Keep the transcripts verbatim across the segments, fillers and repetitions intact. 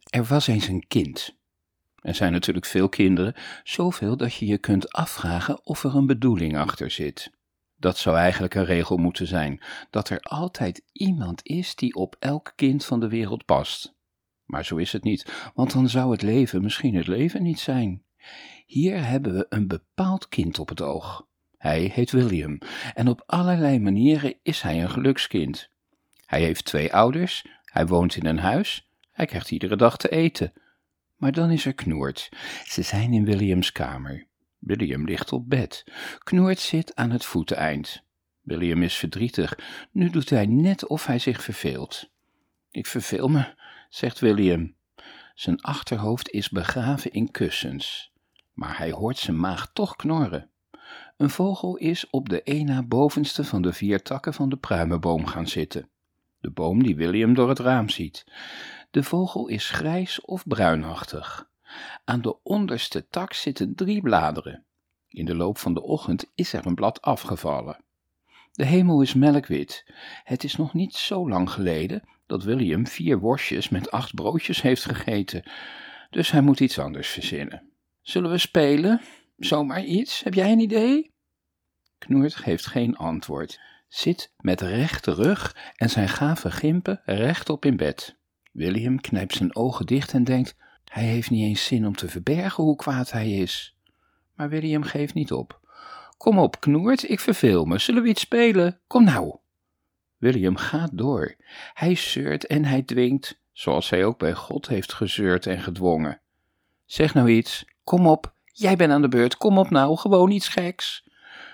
Er was eens een kind. Er zijn natuurlijk veel kinderen, zoveel dat je je kunt afvragen of er een bedoeling achter zit. Dat zou eigenlijk een regel moeten zijn, dat er altijd iemand is die op elk kind van de wereld past. Maar zo is het niet, want dan zou het leven misschien het leven niet zijn. Hier hebben we een bepaald kind op het oog. Hij heet William en op allerlei manieren is hij een gelukskind. Hij heeft twee ouders, hij woont in een huis, hij krijgt iedere dag te eten. Maar dan is er Knoert. Ze zijn in Williams kamer. William ligt op bed. Knoert zit aan het voeteneind. William is verdrietig. Nu doet hij net of hij zich verveelt. Ik verveel me, zegt William. Zijn achterhoofd is begraven in kussens. Maar hij hoort zijn maag toch knorren. Een vogel is op de een na bovenste van de vier takken van de pruimenboom gaan zitten. De boom die William door het raam ziet. De vogel is grijs of bruinachtig. Aan de onderste tak zitten drie bladeren. In de loop van de ochtend is er een blad afgevallen. De hemel is melkwit. Het is nog niet zo lang geleden dat William vier worstjes met acht broodjes heeft gegeten. Dus hij moet iets anders verzinnen. Zullen we spelen? Zomaar iets? Heb jij een idee? Knoert geeft geen antwoord. Zit met rechte rug en zijn gave gimpen rechtop in bed. William knijpt zijn ogen dicht en denkt, hij heeft niet eens zin om te verbergen hoe kwaad hij is. Maar William geeft niet op. Kom op, Knoert, ik verveel me. Zullen we iets spelen? Kom nou. William gaat door. Hij zeurt en hij dwingt, zoals hij ook bij God heeft gezeurd en gedwongen. Zeg nou iets. Kom op. Jij bent aan de beurt. Kom op nou. Gewoon iets geks.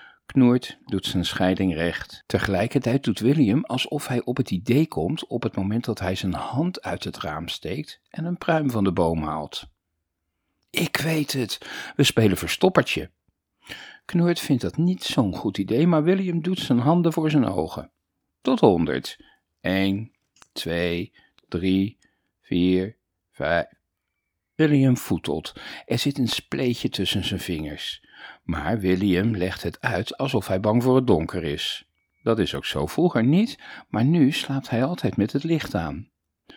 Knoert doet zijn scheiding recht. Tegelijkertijd doet William alsof hij op het idee komt op het moment dat hij zijn hand uit het raam steekt en een pruim van de boom haalt. Ik weet het. We spelen verstoppertje. Knoert vindt dat niet zo'n goed idee, maar William doet zijn handen voor zijn ogen. Tot honderd. Eén, twee, drie, vier, vijf. William voetelt. Er zit een spleetje tussen zijn vingers. Maar William legt het uit alsof hij bang voor het donker is. Dat is ook zo vroeger niet, maar nu slaapt hij altijd met het licht aan.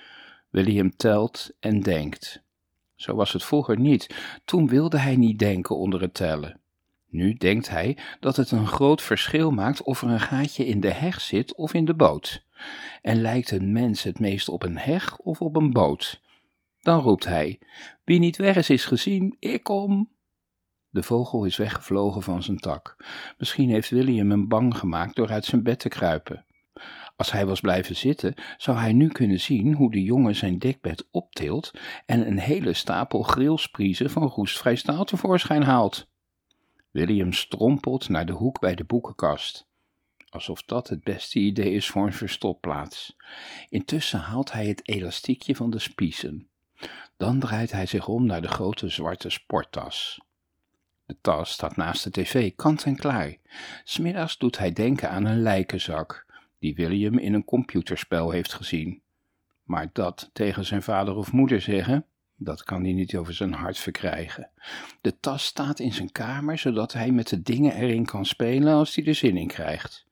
William telt en denkt. Zo was het vroeger niet. Toen wilde hij niet denken onder het tellen. Nu denkt hij dat het een groot verschil maakt of er een gaatje in de heg zit of in de boot. En lijkt een mens het meest op een heg of op een boot? Dan roept hij, wie niet weg is, is gezien, ik kom. De vogel is weggevlogen van zijn tak. Misschien heeft William hem bang gemaakt door uit zijn bed te kruipen. Als hij was blijven zitten, zou hij nu kunnen zien hoe de jongen zijn dekbed optilt en een hele stapel grillspriezen van roestvrij staal tevoorschijn haalt. William strompelt naar de hoek bij de boekenkast. Alsof dat het beste idee is voor een verstopplaats. Intussen haalt hij het elastiekje van de spiezen. Dan draait hij zich om naar de grote zwarte sporttas. De tas staat naast de tv, kant en klaar. 'S Middags doet hij denken aan een lijkenzak, die William in een computerspel heeft gezien. Maar dat tegen zijn vader of moeder zeggen, dat kan hij niet over zijn hart verkrijgen. De tas staat in zijn kamer, zodat hij met de dingen erin kan spelen als hij er zin in krijgt.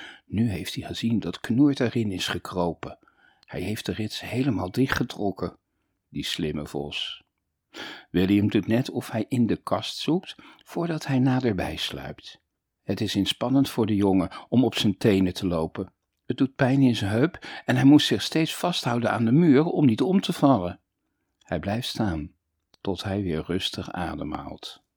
Nu heeft hij gezien dat Knoert erin is gekropen. Hij heeft de rits helemaal dichtgetrokken, die slimme vos. William doet net of hij in de kast zoekt, voordat hij naderbij sluipt. Het is inspannend voor de jongen om op zijn tenen te lopen. Het doet pijn in zijn heup en hij moest zich steeds vasthouden aan de muur om niet om te vallen. Hij blijft staan, tot hij weer rustig ademhaalt.